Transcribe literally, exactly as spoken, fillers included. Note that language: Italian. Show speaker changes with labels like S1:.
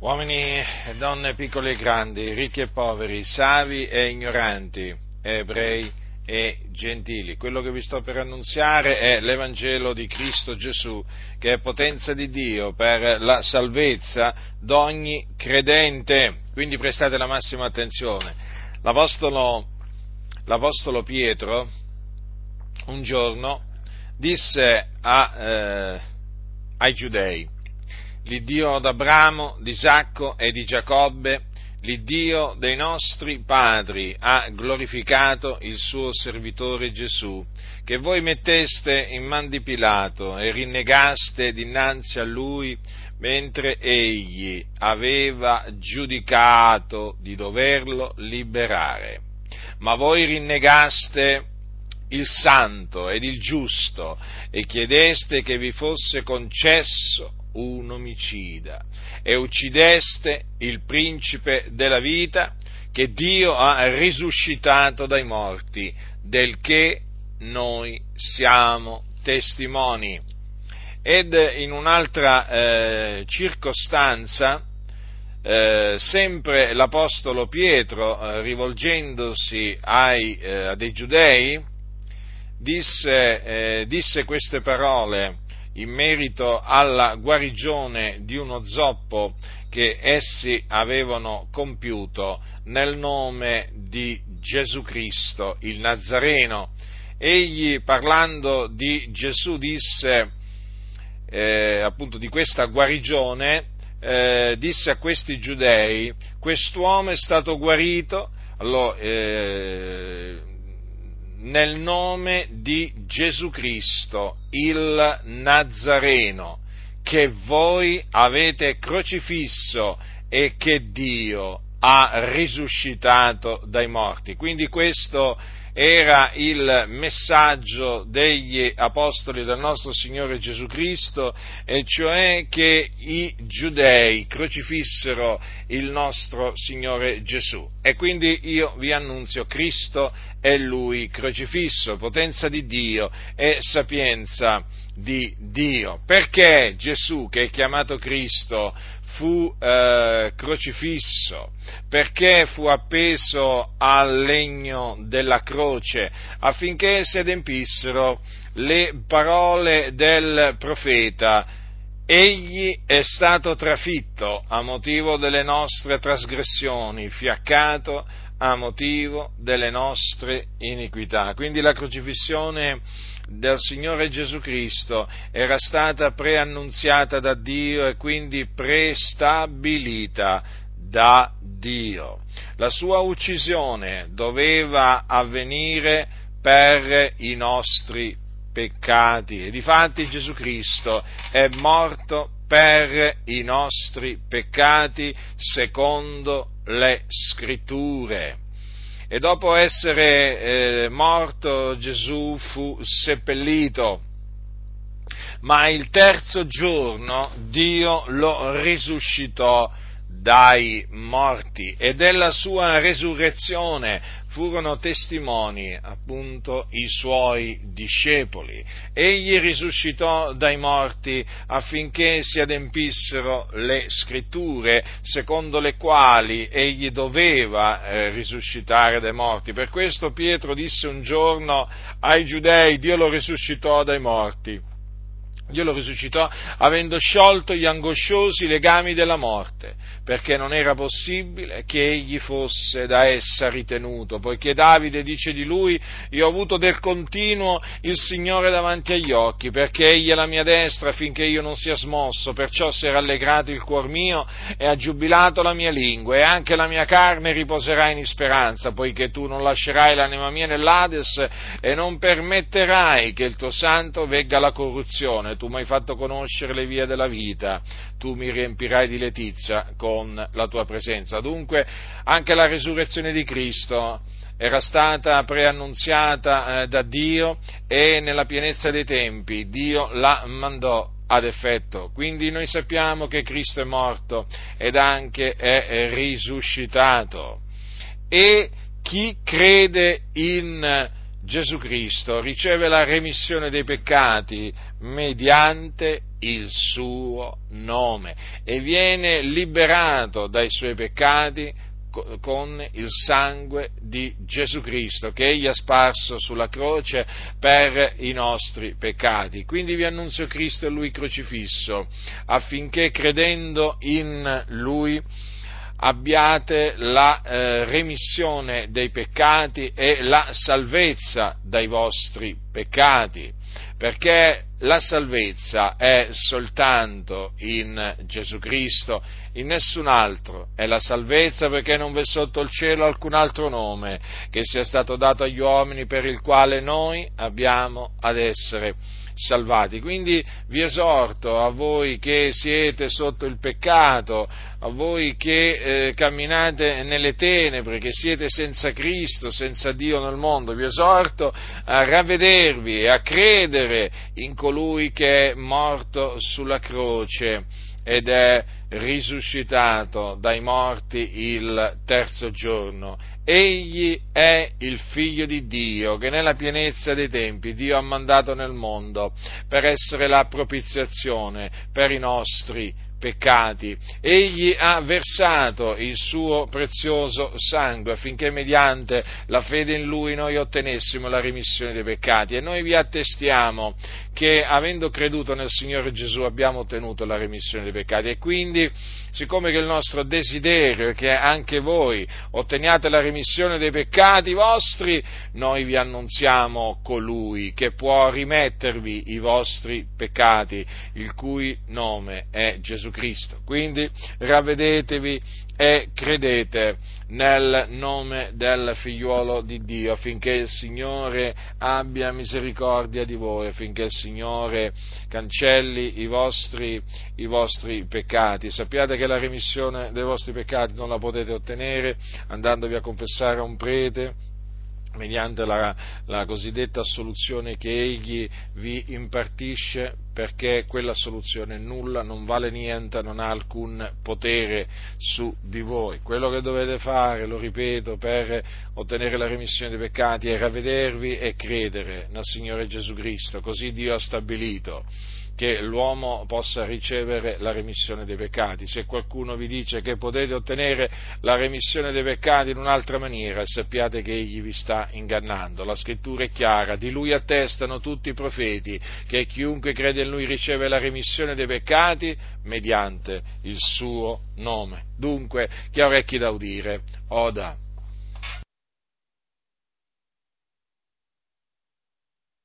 S1: Uomini e donne, piccoli e grandi, ricchi e poveri, savi e ignoranti, ebrei e gentili. Quello che vi sto per annunziare è l'Evangelo di Cristo Gesù, che è potenza di Dio per la salvezza d'ogni credente. Quindi prestate la massima attenzione. L'Apostolo, l'Apostolo Pietro un giorno disse a, eh, ai giudei: l'Iddio d'Abramo, di Isacco e di Giacobbe, l'Iddio dei nostri padri, ha glorificato il suo servitore Gesù, che voi metteste in man di Pilato e rinnegaste dinanzi a lui, mentre egli aveva giudicato di doverlo liberare. Ma voi rinnegaste il santo ed il giusto e chiedeste che vi fosse concesso un omicida e uccideste il principe della vita, che Dio ha risuscitato dai morti, del che noi siamo testimoni. Ed in un'altra eh, circostanza, eh, sempre l'Apostolo Pietro, eh, rivolgendosi ai, eh, a dei giudei, disse, eh, disse queste parole in merito alla guarigione di uno zoppo che essi avevano compiuto nel nome di Gesù Cristo, il Nazareno. Egli, parlando di Gesù, disse eh, appunto di questa guarigione, eh, disse a questi giudei: quest'uomo è stato guarito allora, eh, nel nome di Gesù Cristo, il Nazareno, che voi avete crocifisso e che Dio ha risuscitato dai morti. Quindi questo era il messaggio degli apostoli del nostro Signore Gesù Cristo, e cioè che i giudei crocifissero il nostro Signore Gesù. E quindi io vi annunzio: Cristo è Lui crocifisso, potenza di Dio e sapienza di Dio. Perché Gesù, che è chiamato Cristo, fu eh, crocifisso? Perché fu appeso al legno della croce? Affinché si adempissero le parole del profeta: egli è stato trafitto a motivo delle nostre trasgressioni, fiaccato a motivo delle nostre iniquità. Quindi la crocifissione del Signore Gesù Cristo era stata preannunziata da Dio e quindi prestabilita da Dio. La sua uccisione doveva avvenire per i nostri peccati, e difatti Gesù Cristo è morto per i nostri peccati secondo le Scritture. E dopo essere eh, morto, Gesù fu seppellito, ma il terzo giorno Dio lo risuscitò dai morti, e della sua resurrezione furono testimoni appunto i suoi discepoli. Egli risuscitò dai morti affinché si adempissero le scritture, secondo le quali egli doveva eh, risuscitare dai morti. Per questo Pietro disse un giorno ai giudei: Dio lo risuscitò dai morti. Dio lo risuscitò avendo sciolto gli angosciosi legami della morte, perché non era possibile che egli fosse da essa ritenuto, poiché Davide dice di lui: io ho avuto del continuo il Signore davanti agli occhi, perché egli è la mia destra affinché io non sia smosso, perciò si è rallegrato il cuor mio e ha giubilato la mia lingua, e anche la mia carne riposerà in speranza, poiché tu non lascerai l'anima mia nell'Ades e non permetterai che il tuo santo vegga alla corruzione. Tu mi hai fatto conoscere le vie della vita, tu mi riempirai di letizia con la tua presenza. Dunque anche la resurrezione di Cristo era stata preannunziata eh, da Dio, e nella pienezza dei tempi Dio la mandò ad effetto. Quindi noi sappiamo che Cristo è morto ed anche è risuscitato, e chi crede in Gesù Cristo riceve la remissione dei peccati mediante il suo nome e viene liberato dai suoi peccati con il sangue di Gesù Cristo che egli ha sparso sulla croce per i nostri peccati. Quindi vi annunzio Cristo e Lui crocifisso, affinché credendo in Lui abbiate la eh, remissione dei peccati e la salvezza dai vostri peccati, perché la salvezza è soltanto in Gesù Cristo, in nessun altro è la salvezza, perché non v'è sotto il cielo alcun altro nome che sia stato dato agli uomini per il quale noi abbiamo ad essere salvati. Quindi vi esorto, a voi che siete sotto il peccato, a voi che eh, camminate nelle tenebre, che siete senza Cristo, senza Dio nel mondo, vi esorto a ravvedervi e a credere in colui che è morto sulla croce ed è risuscitato dai morti il terzo giorno. Egli è il Figlio di Dio, che nella pienezza dei tempi Dio ha mandato nel mondo per essere la propiziazione per i nostri peccati. Egli ha versato il suo prezioso sangue affinché mediante la fede in Lui noi ottenessimo la remissione dei peccati, e noi vi attestiamo che avendo creduto nel Signore Gesù abbiamo ottenuto la remissione dei peccati, e quindi, siccome che il nostro desiderio è che anche voi otteniate la remissione dei peccati vostri, noi vi annunziamo colui che può rimettervi i vostri peccati, il cui nome è Gesù Cristo. Quindi ravvedetevi e credete nel nome del Figliuolo di Dio, affinché il Signore abbia misericordia di voi, affinché il Signore cancelli i vostri, i vostri peccati. Sappiate che la remissione dei vostri peccati non la potete ottenere andandovi a confessare a un prete, mediante la, la cosiddetta assoluzione che egli vi impartisce, perché quella assoluzione è nulla, non vale niente, non ha alcun potere su di voi. Quello che dovete fare, lo ripeto, per ottenere la remissione dei peccati è ravvedervi e credere nel Signore Gesù Cristo, così Dio ha stabilito che l'uomo possa ricevere la remissione dei peccati. Se qualcuno vi dice che potete ottenere la remissione dei peccati in un'altra maniera, sappiate che egli vi sta ingannando. La scrittura è chiara, di lui attestano tutti i profeti che chiunque crede in lui riceve la remissione dei peccati mediante il suo nome. Dunque, chi ha orecchi da udire, oda.